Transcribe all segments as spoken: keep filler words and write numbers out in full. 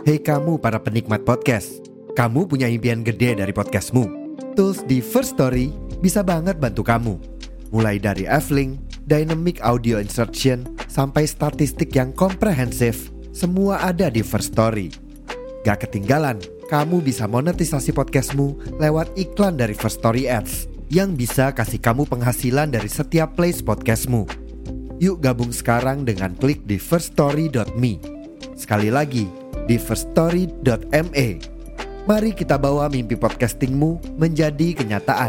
Hei kamu para penikmat podcast, kamu punya impian gede dari podcastmu? Tools di First Story bisa banget bantu kamu. Mulai dari F-Link, Dynamic Audio Insertion, sampai statistik yang komprehensif, semua ada di First Story. Gak ketinggalan, kamu bisa monetisasi podcastmu lewat iklan dari First Story Ads yang bisa kasih kamu penghasilan dari setiap plays podcastmu. Yuk gabung sekarang dengan klik di first story dot me. Sekali lagi, di first story dot me. Mari kita bawa mimpi podcastingmu menjadi kenyataan.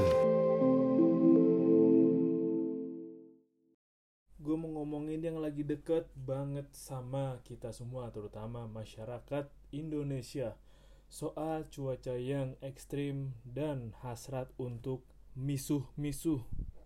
Gue mau ngomongin yang lagi deket banget sama kita semua, terutama masyarakat Indonesia, soal cuaca yang ekstrim dan hasrat untuk misuh-misuh.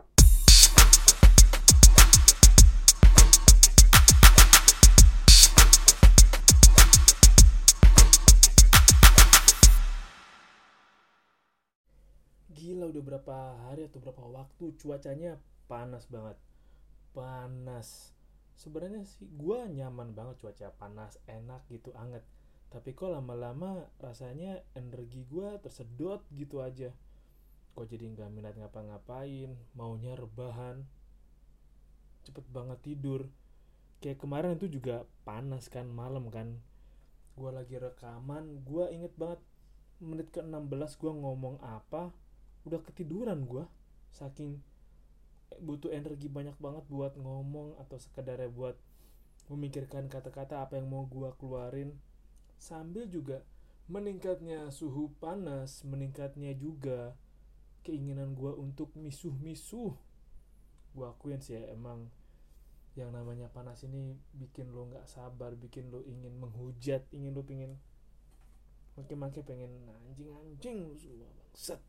Gila, udah berapa hari atau berapa waktu cuacanya panas banget. Panas. Sebenarnya sih gue nyaman banget cuaca panas, enak gitu, anget. Tapi kok lama-lama rasanya energi gue tersedot gitu aja. Kok jadi gak minat ngapa-ngapain, maunya rebahan, cepet banget tidur. Kayak kemarin itu juga panas kan, malam kan. Gue lagi rekaman, gue inget banget menit ke enam belas gue ngomong apa, udah ketiduran gue. Saking butuh energi banyak banget buat ngomong atau sekedarnya buat memikirkan kata-kata apa yang mau gue keluarin. Sambil juga meningkatnya suhu panas, meningkatnya juga keinginan gue untuk misuh-misuh. Gue akuin sih ya, emang yang namanya panas ini bikin lo gak sabar, bikin lo ingin menghujat, ingin lo pengen makin-makin pengen anjing-anjing semua bangsat.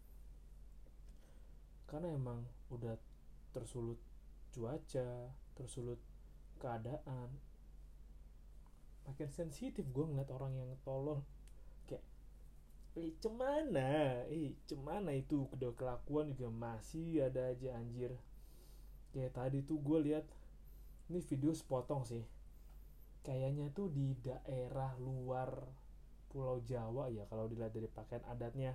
Karena emang udah tersulut cuaca, tersulut keadaan. Makin sensitif gue ngeliat orang yang tolol. Kayak, eh cemana, eh cemana itu udah kelakuan juga masih ada aja anjir. Kayak tadi tuh gue lihat, ini video sepotong sih. Kayaknya tuh di daerah luar Pulau Jawa ya, kalau dilihat dari pakaian adatnya.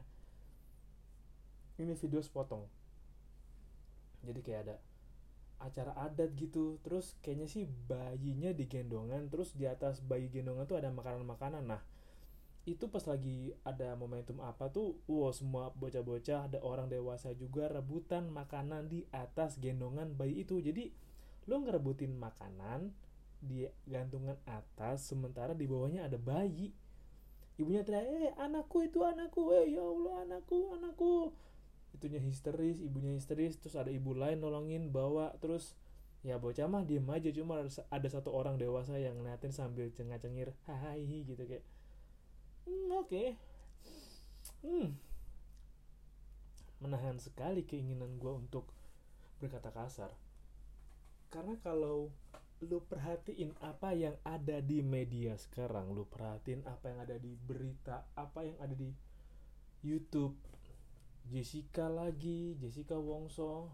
Ini video sepotong. Jadi kayak ada acara adat gitu, terus kayaknya sih bayinya digendongan, terus di atas bayi gendongan tuh ada makanan-makanan. Nah, itu pas lagi ada momentum apa tuh, wow, semua bocah-bocah, ada orang dewasa juga rebutan makanan di atas gendongan bayi itu. Jadi lo ngerebutin makanan di gantungan atas, sementara di bawahnya ada bayi. Ibunya teriak, eh anakku itu anakku, eh ya Allah anakku anakku. Itunya histeris, ibunya histeris, terus ada ibu lain nolongin bawa, terus ya bocah mah diem aja, cuma ada satu orang dewasa yang ngeliatin sambil cengah-cengir, hai gitu kayak, hmm, oke, okay. hmm. Menahan sekali keinginan gue untuk berkata kasar, karena kalau lu perhatiin apa yang ada di media sekarang, lu perhatiin apa yang ada di berita, apa yang ada di YouTube, Jessica lagi, Jessica Wongso.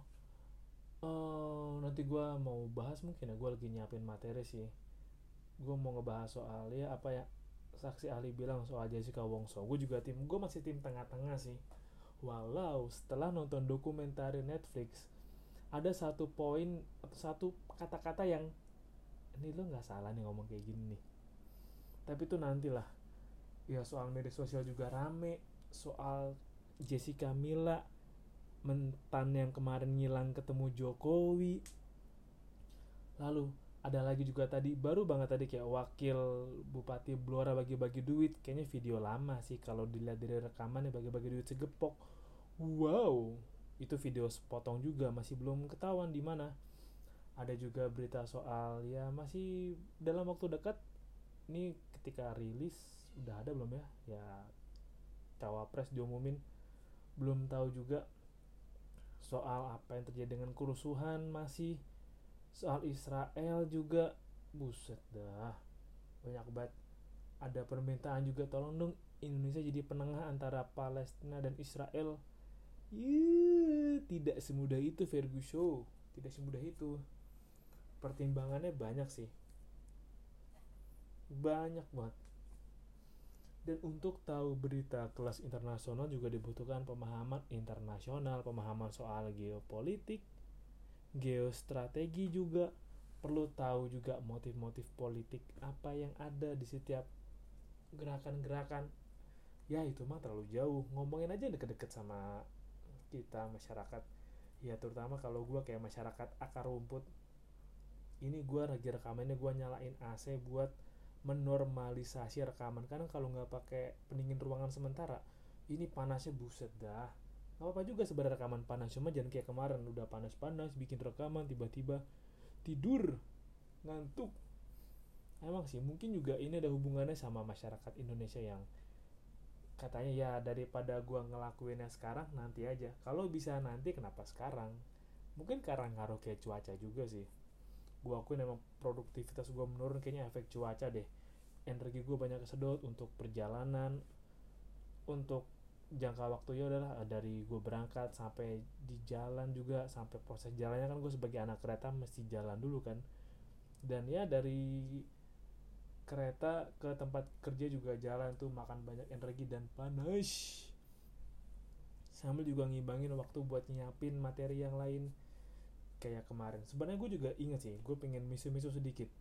Uh, nanti gue mau bahas, mungkin ya, gue lagi nyiapin materi sih. Gue mau ngebahas soal ya apa ya saksi ahli bilang soal Jessica Wongso. Gue juga tim, gue masih tim tengah-tengah sih. Walau setelah nonton dokumenter Netflix, ada satu poin atau satu kata-kata yang ini lo nggak salah nih ngomong kayak gini nih. Tapi itu nantilah. Ya soal media sosial juga rame, soal Jessica Mila, mentan yang kemarin ngilang ketemu Jokowi. Lalu ada lagi juga tadi, baru banget tadi kayak wakil Bupati Blora bagi-bagi duit. Kayaknya video lama sih kalau dilihat dari rekaman ya, bagi-bagi duit segepok. Wow, itu video sepotong juga, masih belum ketahuan di mana. Ada juga berita soal ya masih dalam waktu dekat. Ini ketika rilis udah ada belum ya? Ya cawapres diumumin. Belum tahu juga soal apa yang terjadi dengan kerusuhan, masih soal Israel juga. Buset dah, banyak banget. Ada permintaan juga, tolong dong Indonesia jadi penengah antara Palestina dan Israel. Yuh, tidak semudah itu Ferguson, tidak semudah itu. Pertimbangannya banyak sih, banyak banget. Dan untuk tahu berita kelas internasional juga dibutuhkan pemahaman internasional, pemahaman soal geopolitik, geostrategi juga. Perlu tahu juga motif-motif politik apa yang ada di setiap gerakan-gerakan. Ya itu mah terlalu jauh. Ngomongin aja deket-deket sama kita masyarakat. Ya terutama kalau gue kayak masyarakat akar rumput. Ini gue lagi rekamannya gue nyalain A C buat menormalisasi rekaman. Karena kalau nggak pakai pendingin ruangan sementara, ini panasnya buset dah. Gak apa-apa juga sebenarnya rekaman panas, cuma jangan kayak kemarin udah panas-panas bikin rekaman tiba-tiba tidur ngantuk. Emang sih mungkin juga ini ada hubungannya sama masyarakat Indonesia yang katanya ya daripada gua ngelakuinnya sekarang nanti aja. Kalau bisa nanti kenapa sekarang? Mungkin karena ngaruh kayak cuaca juga sih. Gua akuin emang produktivitas gua menurun kayaknya efek cuaca deh. Energi gua banyak kesedot untuk perjalanan, untuk jangka waktunya adalah dari gue berangkat sampai di jalan juga, sampai proses jalannya kan gue sebagai anak kereta mesti jalan dulu kan. Dan ya dari kereta ke tempat kerja juga jalan tuh makan banyak energi dan panas. Sambil juga ngibangin waktu buat nyiapin materi yang lain kayak kemarin. Sebenarnya gue juga inget sih, gue pengen misu-misu sedikit.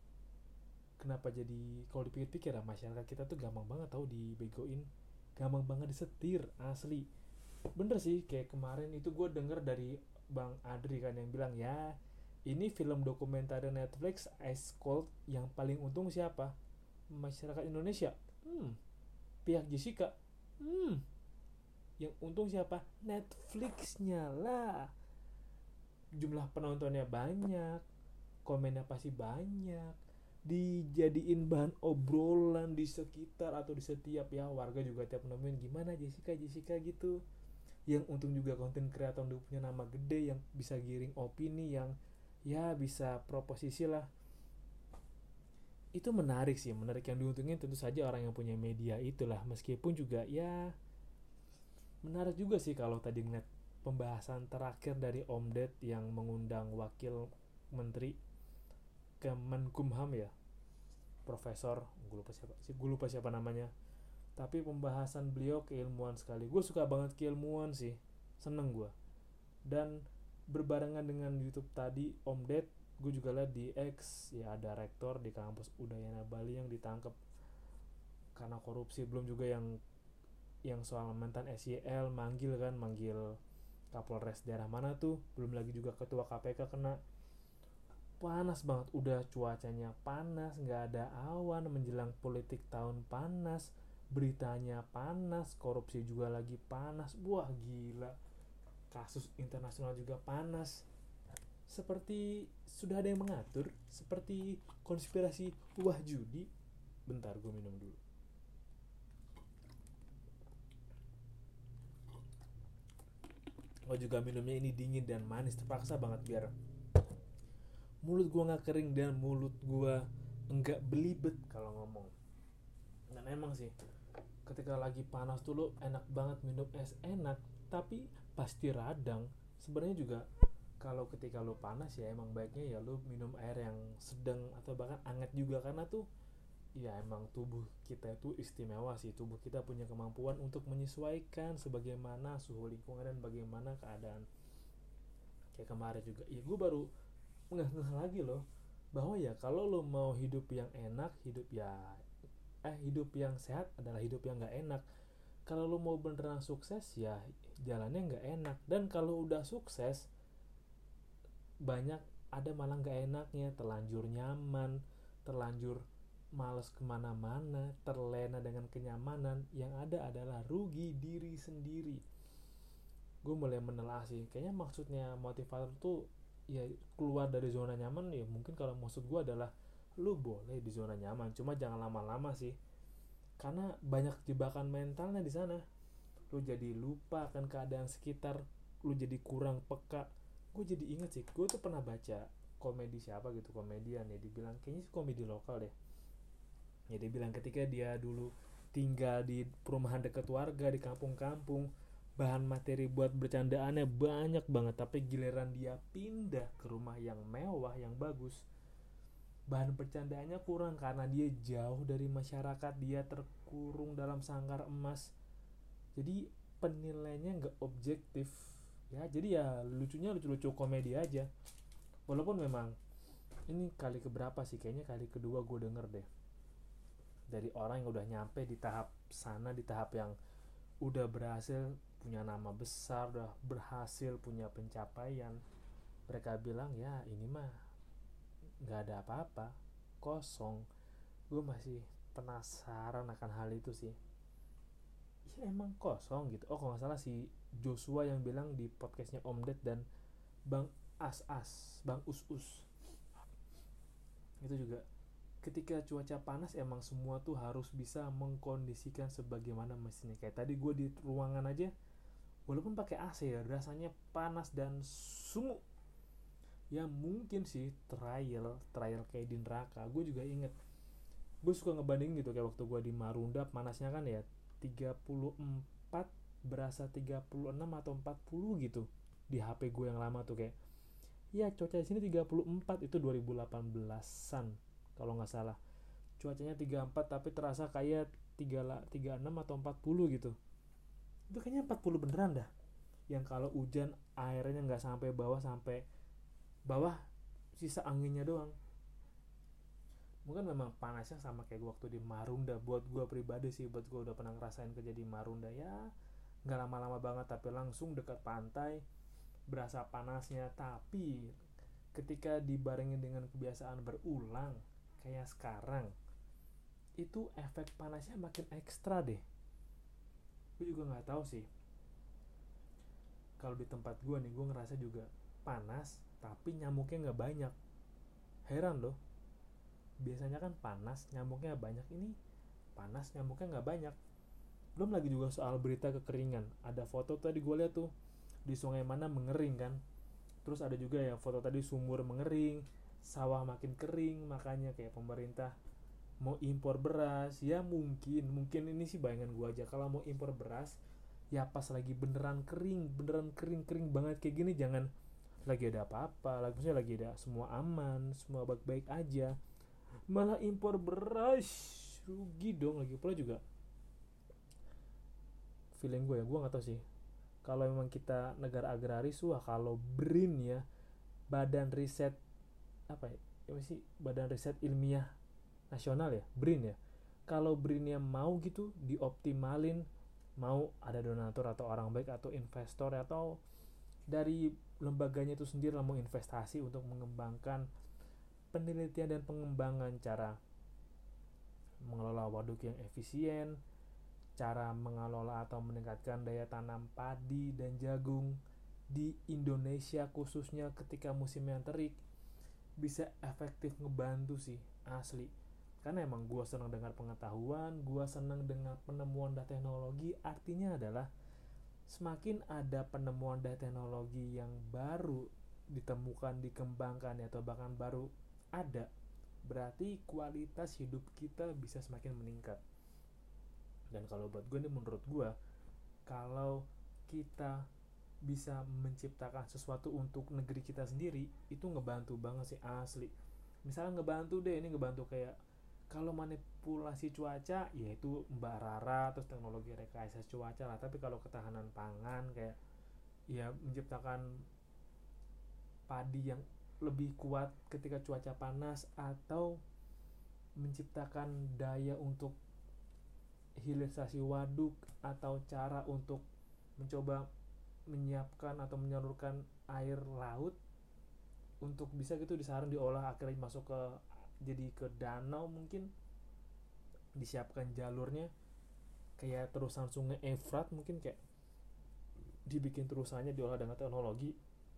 Kenapa jadi kalau dipikir-pikir ya masyarakat kita tuh gampang banget tau dibegoin, gampang banget disetir asli. Bener sih kayak kemarin itu gue denger dari Bang Adri kan yang bilang ya ini film dokumenter Netflix Ice Cold yang paling untung siapa? Masyarakat Indonesia. Hmm. Pihak Jessica. Hmm. Yang untung siapa? Netflixnya lah. Jumlah penontonnya banyak, komennya pasti banyak, dijadiin bahan obrolan di sekitar atau di setiap ya warga juga tiap nemuin gimana Jessica Jessica gitu. Yang untung juga konten kreator udah punya nama gede yang bisa giring opini, yang ya bisa proposisi lah. Itu menarik sih, menarik. Yang diuntungin tentu saja orang yang punya media itulah, meskipun juga ya menarik juga sih kalau tadi ngeliat pembahasan terakhir dari Om Ded yang mengundang wakil menteri Kemenkumham ya, Profesor gue lupa siapa sih gue lupa siapa namanya, tapi pembahasan beliau keilmuan sekali. Gue suka banget keilmuan sih, seneng gue. Dan berbarengan dengan YouTube tadi Om Ded, gue juga lihat di X ya ada rektor di kampus Udayana Bali yang ditangkap karena korupsi. Belum juga yang yang soal mantan S Y L manggil kan manggil Kapolres daerah mana tuh, belum lagi juga ketua K P K kena. Panas banget, udah cuacanya panas, gak ada awan, menjelang politik tahun panas, beritanya panas, korupsi juga lagi panas. Wah gila, kasus internasional juga panas. Seperti sudah ada yang mengatur, seperti konspirasi wah judi. Bentar gue minum dulu. Gue juga minumnya ini dingin dan manis, terpaksa banget biar mulut gue gak kering dan mulut gue enggak belibet kalau ngomong. Dan emang sih ketika lagi panas tuh lo enak banget minum es enak, tapi pasti radang. Sebenarnya juga kalau ketika lo panas ya emang baiknya ya lo minum air yang sedang atau bahkan hangat juga, karena tuh ya emang tubuh kita itu istimewa sih. Tubuh kita punya kemampuan untuk menyesuaikan sebagaimana suhu lingkungan dan bagaimana keadaan. Kayak kemarin juga ya gue baru ngeh-ngeh lagi loh bahwa ya kalau lo mau hidup yang enak, hidup ya eh hidup yang sehat adalah hidup yang nggak enak. Kalau lo mau beneran sukses ya jalannya nggak enak, dan kalau udah sukses banyak ada malah nggak enaknya, terlanjur nyaman, terlanjur malas kemana-mana, terlena dengan kenyamanan, yang ada adalah rugi diri sendiri. Gue mulai menelaah sih, kayaknya maksudnya motivator tuh ya keluar dari zona nyaman. Ya mungkin kalau maksud gue adalah lu boleh di zona nyaman, cuma jangan lama-lama sih, karena banyak jebakan mentalnya di sana. Lu jadi lupa akan keadaan sekitar, lu jadi kurang peka. Gue jadi inget sih, gue tuh pernah baca komedi siapa gitu, komedian ya, dibilang kayaknya sih komedi lokal deh ya, dia bilang ketika dia dulu tinggal di perumahan dekat warga di kampung-kampung, bahan materi buat bercandaannya banyak banget, tapi giliran dia pindah ke rumah yang mewah, yang bagus, bahan bercandaannya kurang karena dia jauh dari masyarakat, dia terkurung dalam sangkar emas. Jadi penilaiannya nggak objektif ya, jadi ya lucunya lucu-lucu komedi aja. Walaupun memang ini kali keberapa sih, kayaknya kali kedua gue denger deh dari orang yang udah nyampe di tahap sana, di tahap yang udah berhasil punya nama besar, udah berhasil punya pencapaian. Mereka bilang ya ini mah nggak ada apa-apa, kosong. Gue masih penasaran akan hal itu sih. Ya emang kosong gitu. Oh kalau nggak salah si Joshua yang bilang di podcastnya Om Ded dan Bang As As, Bang Us Us, itu juga ketika cuaca panas emang semua tuh harus bisa mengkondisikan sebagaimana mestinya. Kayak tadi gue di ruangan aja walaupun pakai A C ya rasanya panas dan sumuk. Ya mungkin sih trial trial kayak di neraka. Gue juga inget, gue suka ngebanding gitu kayak waktu gue di Marunda panasnya kan ya tiga puluh empat berasa tiga puluh enam atau empat puluh gitu di H P gue yang lama tuh. Kayak ya cuaca di sini tiga puluh empat, itu dua ribu delapan belasan kalau nggak salah. Cuacanya tiga puluh empat tapi terasa kayak tiga puluh enam atau empat puluh gitu. Itu kayaknya empat puluh beneran dah. Yang kalau hujan airnya nggak sampai bawah, sampai bawah sisa anginnya doang. Mungkin memang panasnya sama kayak gue waktu di Marunda. Buat gue pribadi sih, buat gue udah pernah ngerasain kerja di Marunda ya, nggak lama-lama banget tapi langsung dekat pantai, berasa panasnya. Tapi ketika dibarengin dengan kebiasaan berulang kayak sekarang, itu efek panasnya makin ekstra deh. Gue juga nggak tahu sih. Kalau di tempat gue nih, gue ngerasa juga panas tapi nyamuknya nggak banyak. Heran loh. Biasanya kan panas nyamuknya banyak, ini panas nyamuknya nggak banyak. Belum lagi juga soal berita kekeringan. Ada foto tadi gue lihat tuh di sungai mana mengering kan. Terus ada juga ya foto tadi sumur mengering, sawah makin kering. Makanya kayak pemerintah mau impor beras. Ya mungkin mungkin ini sih bayangan gue aja, kalau mau impor beras ya pas lagi beneran kering, beneran kering kering banget kayak gini. Jangan lagi ada apa-apa, lagi maksudnya lagi ada semua aman, semua baik-baik aja, malah impor beras, rugi dong. Lagi pula juga feeling gue ya, gue nggak tahu sih, kalau memang kita negara agraris, wah kalau B R I N ya, Badan Riset apa ya, apa sih, Badan Riset Ilmiah Nasional ya, B R I N ya, kalau B R I N-nya mau gitu dioptimalin, mau ada donatur atau orang baik atau investor atau dari lembaganya itu sendiri mau investasi untuk mengembangkan penelitian dan pengembangan cara mengelola waduk yang efisien, cara mengelola atau meningkatkan daya tanam padi dan jagung di Indonesia khususnya ketika musim yang terik, bisa efektif ngebantu sih asli. Karena emang gue senang dengan pengetahuan, gue senang dengan penemuan dan teknologi. Artinya adalah semakin ada penemuan dan teknologi yang baru ditemukan, dikembangkan atau bahkan baru ada, berarti kualitas hidup kita bisa semakin meningkat. Dan kalau buat gue nih, menurut gue, kalau kita bisa menciptakan sesuatu untuk negeri kita sendiri, itu ngebantu banget sih asli. Misalnya ngebantu deh, ini ngebantu kayak kalau manipulasi cuaca, yaitu Mbak Rara, terus teknologi rekayasa cuaca lah. Tapi kalau ketahanan pangan, kayak ya menciptakan padi yang lebih kuat ketika cuaca panas, atau menciptakan daya untuk hilirisasi waduk, atau cara untuk mencoba menyiapkan atau menyalurkan air laut untuk bisa gitu disaring, diolah, akhirnya masuk ke jadi ke danau, mungkin disiapkan jalurnya kayak terusan sungai Efrat, mungkin kayak dibikin terusannya, diolah dengan teknologi,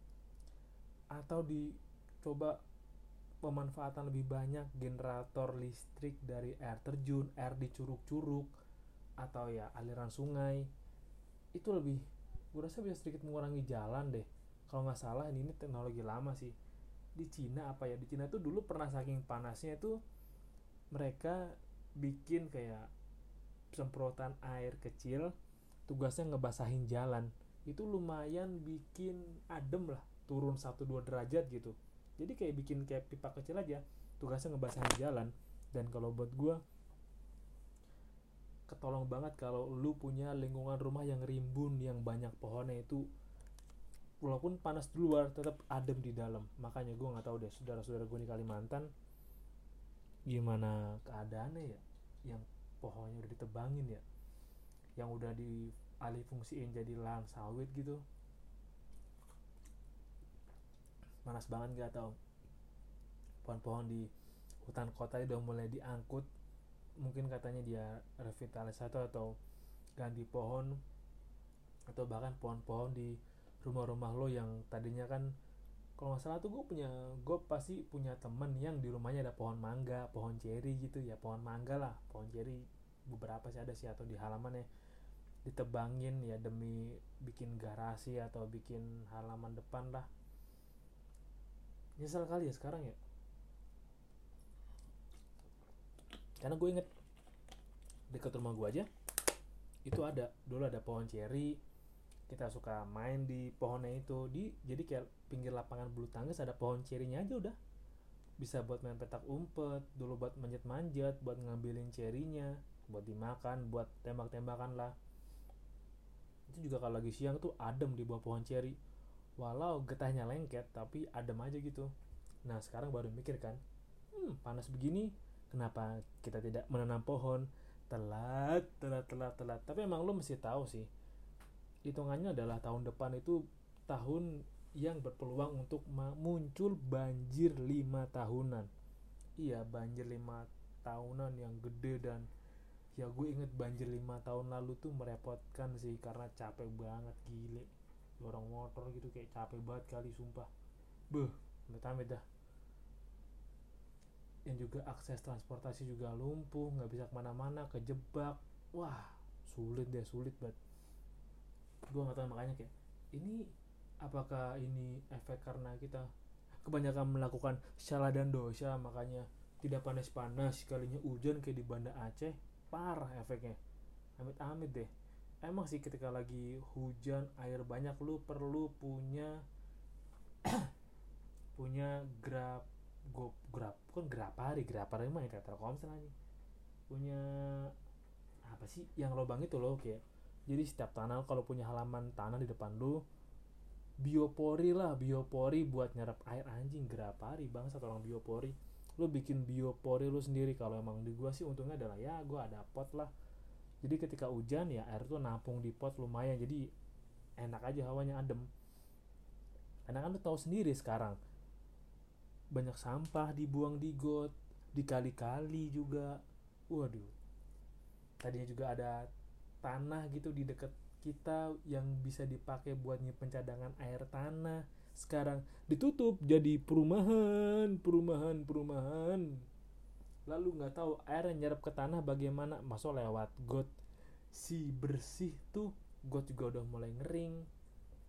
atau dicoba pemanfaatan lebih banyak generator listrik dari air terjun, air di curug-curug, atau ya aliran sungai. Itu lebih, gue rasa bisa sedikit mengurangi jalan deh. Kalau nggak salah ini, ini teknologi lama sih. Di Cina apa ya, di Cina tuh dulu pernah saking panasnya itu mereka bikin kayak semprotan air kecil, tugasnya ngebasahin jalan. Itu lumayan bikin adem lah, turun satu dua derajat gitu. Jadi kayak bikin kayak pipa kecil aja, tugasnya ngebasahin jalan. Dan kalau buat gue ketolong banget kalau lu punya lingkungan rumah yang rimbun, yang banyak pohonnya. Itu walaupun panas di luar tetap adem di dalam. Makanya gue nggak tahu deh saudara-saudara gue di Kalimantan gimana keadaannya ya, yang pohonnya udah ditebangin ya, yang udah dialih fungsiin jadi lahan sawit gitu. Panas banget gak tau. Pohon-pohon di hutan kota udah mulai diangkut, mungkin katanya dia revitalisasi atau ganti pohon, atau bahkan pohon-pohon di rumah-rumah lo yang tadinya kan, kalau nggak salah tuh gue punya gue pasti punya temen yang di rumahnya ada pohon mangga, pohon ceri gitu ya, pohon mangga lah, pohon ceri beberapa sih ada sih, atau di halaman ya ditebangin ya demi bikin garasi atau bikin halaman depan lah. Nyesel kali ya sekarang ya, karena gue inget dekat rumah gue aja itu ada dulu ada pohon ceri. Kita suka main di pohonnya itu, di jadi kayak pinggir lapangan bulu tangkis ada pohon cerinya aja udah bisa buat main petak umpet, dulu buat manjat-manjat, buat ngambilin cerinya, buat dimakan, buat tembak-tembakan lah. Itu juga kalau lagi siang tuh adem di bawah pohon ceri, walau getahnya lengket tapi adem aja gitu. Nah sekarang baru mikir kan, hmm panas begini kenapa kita tidak menanam pohon? Telat, telat, telat, telat. Tapi emang lo mesti tahu sih, hitungannya adalah tahun depan itu tahun yang berpeluang untuk muncul banjir lima tahunan. Iya, banjir lima tahunan yang gede. Dan ya gue inget banjir lima tahun lalu tuh merepotkan sih, karena capek banget, gile dorong motor gitu kayak capek banget kali sumpah. Beuh, amit-amit dah. Yang juga akses transportasi juga lumpuh, nggak bisa kemana-mana, kejebak. Wah sulit deh, sulit banget. Gue nggak tahu, makanya kayak ini apakah ini efek karena kita kebanyakan melakukan salah dan dosa, makanya tidak panas-panas, sekalinya hujan kayak di Banda Aceh, parah efeknya. Amit-amit deh. Emang sih ketika lagi hujan air banyak lu perlu punya punya grab go grab kan grapari grapari mah yang kayak Telkomsel aja, punya apa sih yang lubang itu loh, kayak jadi setiap tanah kalau punya halaman tanah di depan lu, biopori lah, biopori buat nyerap air. Anjing, grapari bangsa orang biopori. Lu bikin biopori lu sendiri. Kalau emang di gua sih untungnya adalah ya gua ada pot lah, jadi ketika hujan ya air tuh nampung di pot lumayan, jadi enak aja, hawanya adem. Karena kan lu tahu sendiri sekarang banyak sampah dibuang di got, di kali-kali juga. Waduh, tadinya juga ada tanah gitu di dekat kita yang bisa dipakai buat nyimpen cadangan air tanah, sekarang ditutup jadi perumahan, perumahan, perumahan. Lalu nggak tahu air yang nyerap ke tanah bagaimana, masuk lewat got. Si bersih tuh got juga udah mulai ngering.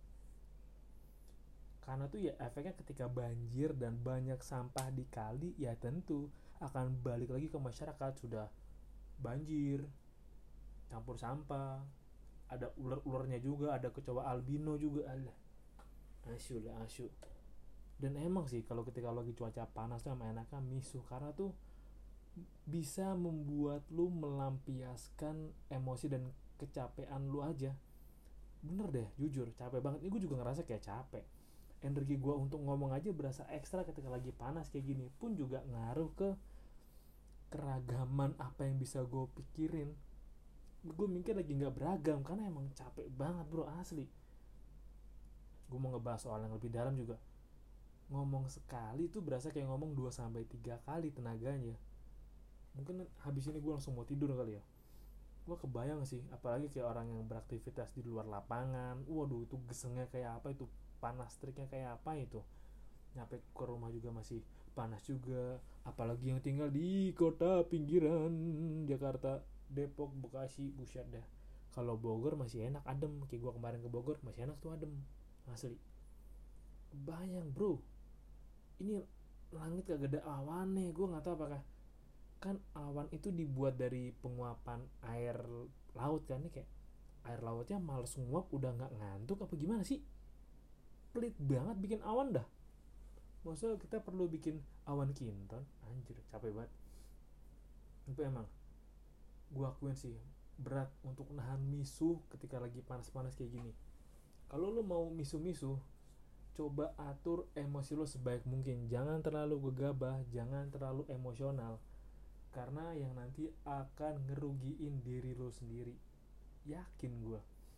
Karena tuh ya efeknya ketika banjir dan banyak sampah di kali, ya tentu akan balik lagi ke masyarakat. Sudah banjir, campur sampah, ada ular-ularnya juga, ada kecoa albino juga, alah asyuk lah asyuk. Dan emang sih kalau ketika lagi cuaca panas tuh emang enaknya misuh, karena tuh bisa membuat lu melampiaskan emosi dan kecapean lu aja. Bener deh, jujur capek banget. Ini gue juga ngerasa kayak capek. Energi gue untuk ngomong aja berasa ekstra ketika lagi panas kayak gini. Pun juga ngaruh ke keragaman apa yang bisa gue pikirin. Gue mikir lagi gak beragam karena emang capek banget bro, asli. Gue mau ngebahas soal yang lebih dalam juga. Ngomong sekali tuh berasa kayak ngomong dua sampai tiga kali tenaganya. Mungkin habis ini gue langsung mau tidur kali ya. Gue kebayang sih, apalagi kayak orang yang beraktivitas di luar lapangan. Waduh, itu gesengnya kayak apa, itu panas teriknya kayak apa itu. Nyampe ke rumah juga masih panas juga. Apalagi yang tinggal di kota pinggiran Jakarta, Depok, Bekasi, buset dah. Kalau Bogor masih enak adem, kayak gue kemarin ke Bogor masih enak tuh adem, asli. Bayang bro, ini langit kagak ada awan nih. Gue nggak tahu apakah kan awan itu dibuat dari penguapan air laut kan, nih kayak air lautnya males nguap udah nggak ngantuk apa gimana sih, pelit banget bikin awan dah. Maksudnya kita perlu bikin awan kinton, anjir capek banget. Itu emang gue akuin sih berat untuk nahan misu ketika lagi panas-panas kayak gini. Kalau lo mau misu-misu, coba atur emosi lo sebaik mungkin. Jangan terlalu gegabah, jangan terlalu emosional, karena yang nanti akan ngerugiin diri lo sendiri. Yakin gue.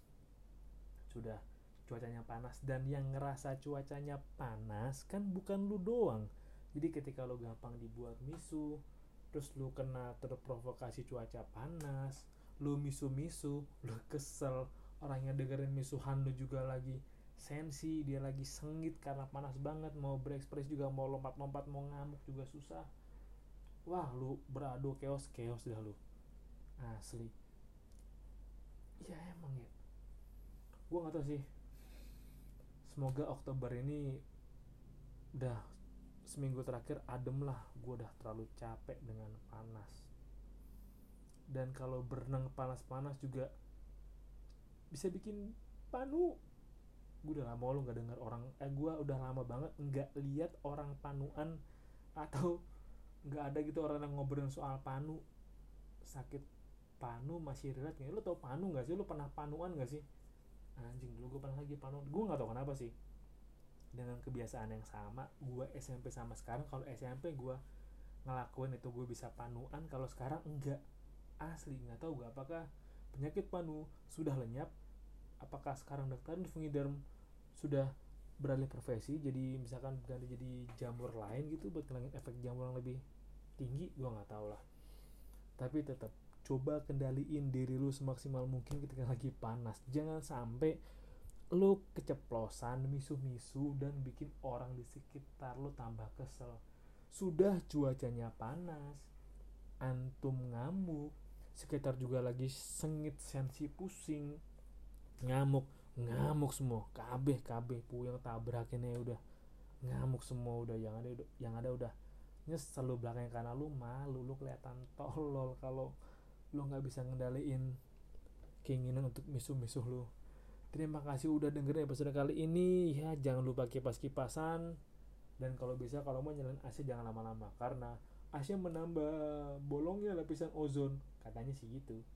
Sudah cuacanya panas, dan yang ngerasa cuacanya panas kan bukan lu doang. Jadi ketika lu gampang dibuat misu, terus lu kena terprovokasi cuaca panas, lu misu-misu, lu kesel, orang yang dengerin misuhan lu juga lagi sensi, dia lagi sengit karena panas banget, mau berekspresi juga, mau lompat-lompat, mau ngamuk juga susah. Wah, lu beradu chaos-chaos dah lu. Asli. Ya emang ya. Gue gak tau sih. Semoga Oktober ini udah seminggu terakhir adem lah. Gue udah terlalu capek dengan panas. Dan kalau berenang panas-panas juga bisa bikin panu. Gue udah lama lo gak dengar orang Eh gue udah lama banget gak lihat orang panuan, atau gak ada gitu orang yang ngobrolin soal panu. Sakit panu masih relate gak? Lo tau panu gak sih? Lo pernah panuan gak sih? Anjing, dulu gue pernah lagi panuan. Gue gak tau kenapa sih, dengan kebiasaan yang sama gue S M P sama sekarang. Kalau S M P gue ngelakuin itu gue bisa panuan, kalau sekarang enggak. Asli gak tau gue apakah penyakit panu sudah lenyap, apakah sekarang dokter Fungidern sudah beralih profesi, jadi misalkan ganti jadi jamur lain gitu buat ngilangin efek jamur yang lebih tinggi. Gue gak tau lah. Tapi tetap coba kendaliin diri lu semaksimal mungkin ketika lagi panas. Jangan sampai lu keceplosan misu-misu dan bikin orang di sekitar lu tambah kesel. Sudah cuacanya panas, antum ngamuk, sekitar juga lagi sengit, sensi, pusing, ngamuk, ngamuk semua, kabeh kabeh puyeng tabrakin ya udah, ngamuk semua udah, yang ada yang ada udah nyesel lu belakang, karena lu malu, lu kelihatan tolol kalau lu nggak bisa ngendaliin keinginan untuk misuh-misuh lu. Terima kasih udah dengerin episode kali ini ya. Jangan lupa kipas-kipasan, dan kalau bisa kalau mau nyalain A C jangan lama-lama, karena A C menambah bolongnya lapisan ozon, katanya sih gitu.